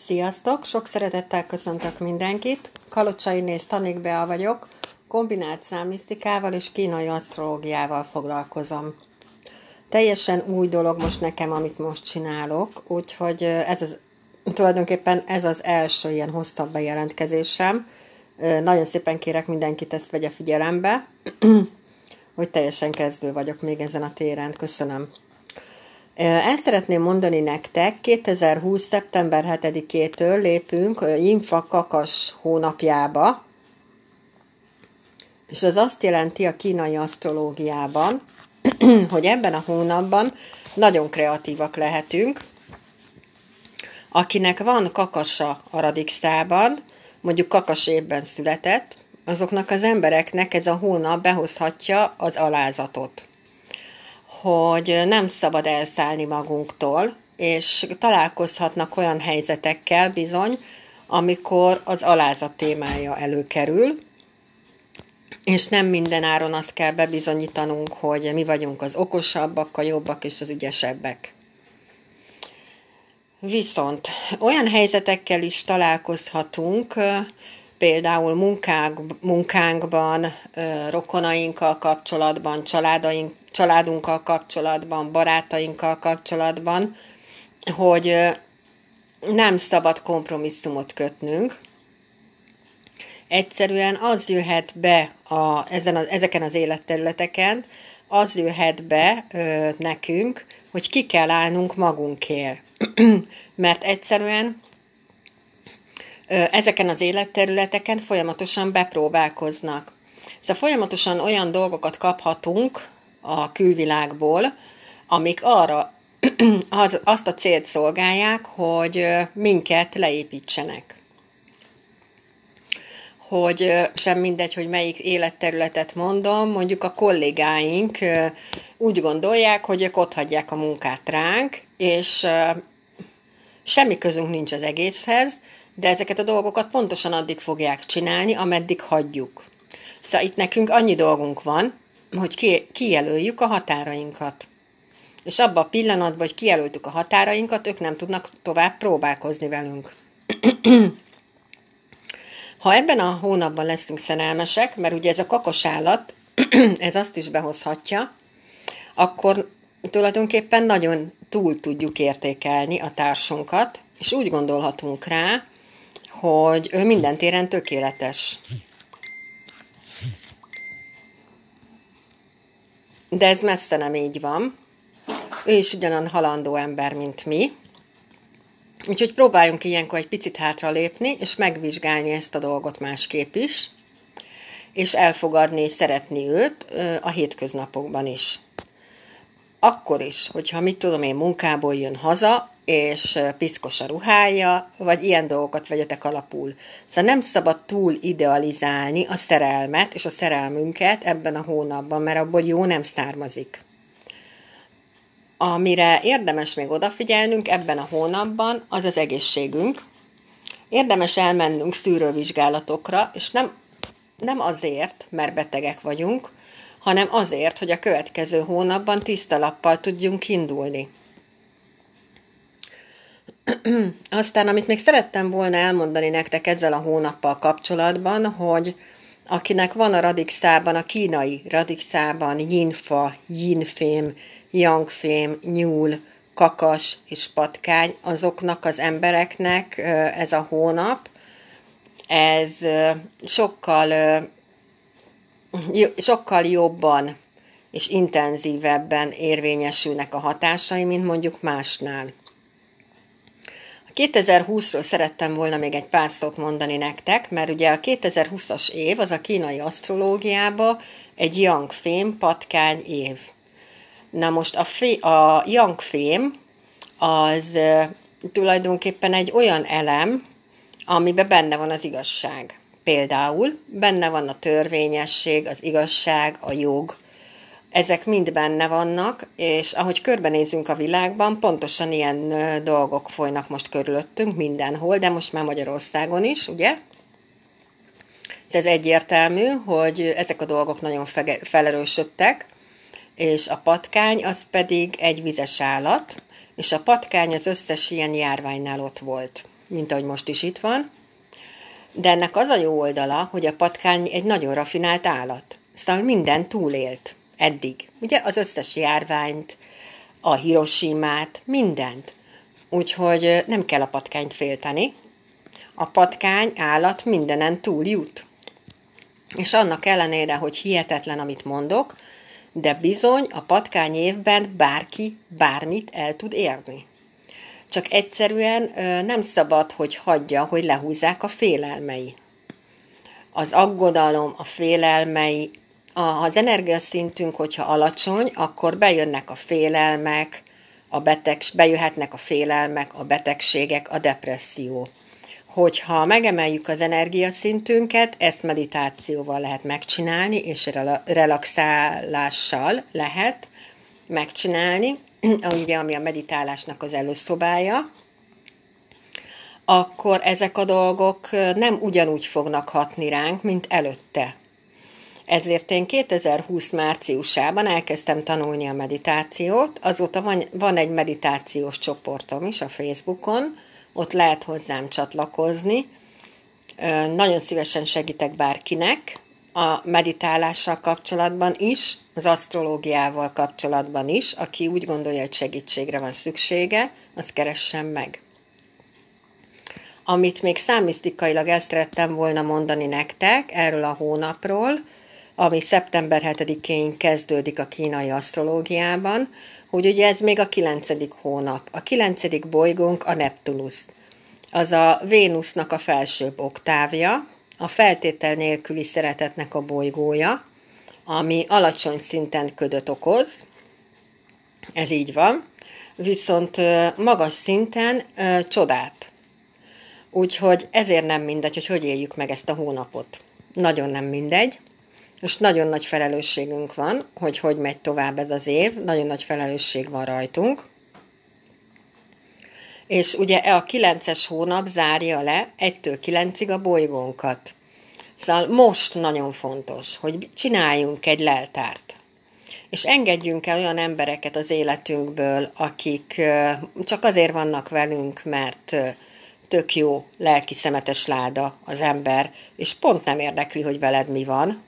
Sziasztok! Sok szeretettel köszöntök mindenkit. Kalocsai Inés Tanik Bea vagyok. Kombinált számmisztikával és kínai asztrológiával foglalkozom. Teljesen új dolog most nekem, amit most csinálok, úgyhogy tulajdonképpen ez az első ilyen hosszabb bejelentkezésem. Nagyon szépen kérek mindenkit, ezt vegye figyelembe, hogy teljesen kezdő vagyok még ezen a téren. Köszönöm. El szeretném mondani nektek, 2020. szeptember 7-től lépünk Jingfa Kakas hónapjába, és ez azt jelenti a kínai asztrológiában, hogy ebben a hónapban nagyon kreatívak lehetünk. Akinek van kakasa a radikszában, mondjuk kakas évben született, azoknak az embereknek ez a hónap behozhatja az alázatot, hogy nem szabad elszállni magunktól, és találkozhatnak olyan helyzetekkel bizony, amikor az alázat témája előkerül, és nem minden áron azt kell bebizonyítanunk, hogy mi vagyunk az okosabbak, a jobbak és az ügyesebbek. Viszont olyan helyzetekkel is találkozhatunk, például munkánkban, rokonainkkal kapcsolatban, családunkkal kapcsolatban, barátainkkal kapcsolatban, hogy nem szabad kompromisszumot kötnünk. Egyszerűen az jöhet be ezeken az életterületeken, az jöhet be nekünk, hogy ki kell állnunk magunkért. Mert egyszerűen ezeken az életterületeken folyamatosan bepróbálkoznak. Szóval folyamatosan olyan dolgokat kaphatunk a külvilágból, amik arra azt a célt szolgálják, hogy minket leépítsenek. Hogy sem mindegy, hogy melyik életterületet mondom, mondjuk a kollégáink úgy gondolják, hogy ők otthagyják a munkát ránk, és semmi közünk nincs az egészhez, de ezeket a dolgokat pontosan addig fogják csinálni, ameddig hagyjuk. Szóval itt nekünk annyi dolgunk van, hogy kijelöljük a határainkat. És abban a pillanatban, hogy kijelöltük a határainkat, ők nem tudnak tovább próbálkozni velünk. Ha ebben a hónapban leszünk szerelmesek, mert ugye ez a kakas állat, ez azt is behozhatja, akkor tulajdonképpen nagyon túl tudjuk értékelni a társunkat, és úgy gondolhatunk rá, hogy ő minden téren tökéletes. De ez messze nem így van. Ő is ugyanan halandó ember, mint mi. Úgyhogy próbáljunk ilyenkor egy picit hátra lépni, és megvizsgálni ezt a dolgot másképp is, és elfogadni és szeretni őt a hétköznapokban is. Akkor is, hogyha mit tudom én, munkából jön haza, és piszkos a ruhája, vagy ilyen dolgokat vegyetek alapul. Szóval nem szabad túl idealizálni a szerelmet és a szerelmünket ebben a hónapban, mert abból jó nem származik. Amire érdemes még odafigyelnünk ebben a hónapban, az az egészségünk. Érdemes elmennünk szűrővizsgálatokra, és nem azért, mert betegek vagyunk, hanem azért, hogy a következő hónapban tiszta lappal tudjunk indulni. Aztán, amit még szerettem volna elmondani nektek ezzel a hónappal kapcsolatban, hogy akinek van a radikszában, a kínai radikszában Yinfa, Yinfém, Yangfém, nyúl, kakas és patkány, azoknak az embereknek ez a hónap, ez sokkal jobban és intenzívebben érvényesülnek a hatásai, mint mondjuk másnál. 2020-ról szerettem volna még egy pár szót mondani nektek, mert ugye a 2020-as év az a kínai asztrológiában egy Yangfém patkány év. Na most a Yangfém az tulajdonképpen egy olyan elem, amiben benne van az igazság. Például benne van a törvényesség, az igazság, a jog. Ezek mind benne vannak, és ahogy körbenézünk a világban, pontosan ilyen dolgok folynak most körülöttünk mindenhol, de most már Magyarországon is, ugye? Ez egyértelmű, hogy ezek a dolgok nagyon felerősödtek, és a patkány az pedig egy vizes állat, és a patkány az összes ilyen járványnál ott volt. mint ahogy most is itt van, de ennek az a jó oldala, hogy a patkány egy nagyon rafinált állat. Szóval minden túlélt eddig. Ugye az összes járványt, a Hiroshimát, mindent. Úgyhogy nem kell a patkányt félteni. A patkány állat mindenen túl jut. És annak ellenére, hogy hihetetlen, amit mondok, de bizony a patkány évben bárki bármit el tud érni. Csak egyszerűen nem szabad, hogy hagyja, hogy lehúzzák a félelmei. Az aggodalom, a félelmei, az energiaszintünk, hogyha alacsony, akkor bejönnek a félelmek, bejöhetnek a félelmek, a betegségek, a depresszió. Hogyha megemeljük az energiaszintünket, ezt meditációval lehet megcsinálni, és relaxálással lehet megcsinálni, ugye, ami a meditálásnak az előszobája, akkor ezek a dolgok nem ugyanúgy fognak hatni ránk, mint előtte. Ezért én 2020 márciusában elkezdtem tanulni a meditációt, azóta van egy meditációs csoportom is a Facebookon, ott lehet hozzám csatlakozni. Nagyon szívesen segítek bárkinek a meditálással kapcsolatban is, az asztrológiával kapcsolatban is, aki úgy gondolja, hogy segítségre van szüksége, azt keressen meg. Amit még számisztikailag el szerettem volna mondani nektek erről a hónapról, ami szeptember 7-én kezdődik a kínai asztrológiában, hogy ugye ez még a 9. hónap. A 9. bolygónk a Neptunusz. Az a Vénusznak a felsőbb oktávja, a feltétel nélküli szeretetnek a bolygója, ami alacsony szinten ködöt okoz, ez így van, viszont magas szinten csodát. Úgyhogy ezért nem mindegy, hogy éljük meg ezt a hónapot. Nagyon nem mindegy. Most nagyon nagy felelősségünk van, hogy megy tovább ez az év, nagyon nagy felelősség van rajtunk. És ugye a 9-es hónap zárja le 1-től 9-ig a bolygónkat. Szóval most nagyon fontos, hogy csináljunk egy leltárt. És engedjünk el olyan embereket az életünkből, akik csak azért vannak velünk, mert tök jó lelki szemetes láda az ember, és pont nem érdekli, hogy veled mi van,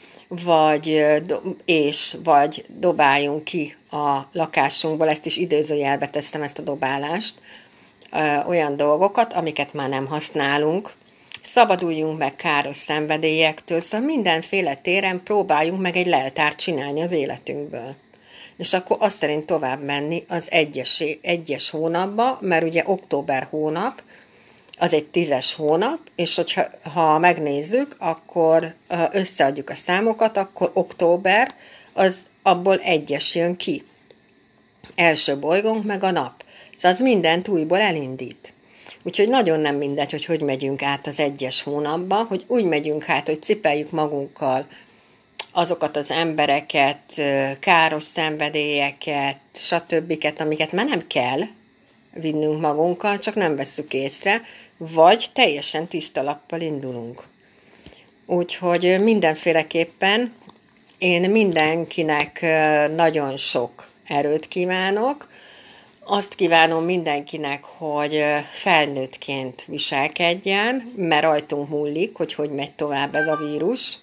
vagy dobáljunk ki a lakásunkból, ezt is idézőjelbe teszem, ezt a dobálást, olyan dolgokat, amiket már nem használunk, szabaduljunk meg káros szenvedélyektől, szóval mindenféle téren próbáljunk meg egy leltárt csinálni az életünkből. És akkor azt szerint tovább menni az egyes hónapba, mert ugye október hónap, az egy 10-es hónap, és hogyha megnézzük, akkor összeadjuk a számokat, akkor október, abból 1-es jön ki. Első bolygónk meg a nap. Szóval az mindent újból elindít. Úgyhogy nagyon nem mindegy, hogy megyünk át az 1-es hónapba, hogy úgy megyünk át, hogy cipeljük magunkkal azokat az embereket, káros szenvedélyeket, stb., amiket már nem kell vinnünk magunkkal, csak nem vesszük észre, vagy teljesen tiszta lappal indulunk. Úgyhogy mindenféleképpen én mindenkinek nagyon sok erőt kívánok. Azt kívánom mindenkinek, hogy felnőttként viselkedjen, mert rajtunk múlik, hogy megy tovább ez a vírus.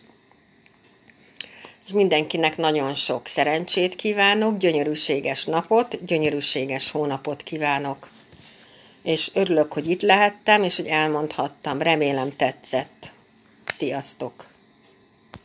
És mindenkinek nagyon sok szerencsét kívánok, gyönyörűséges napot, gyönyörűséges hónapot kívánok. És örülök, hogy itt lehettem, és hogy elmondhattam. Remélem tetszett. Sziasztok!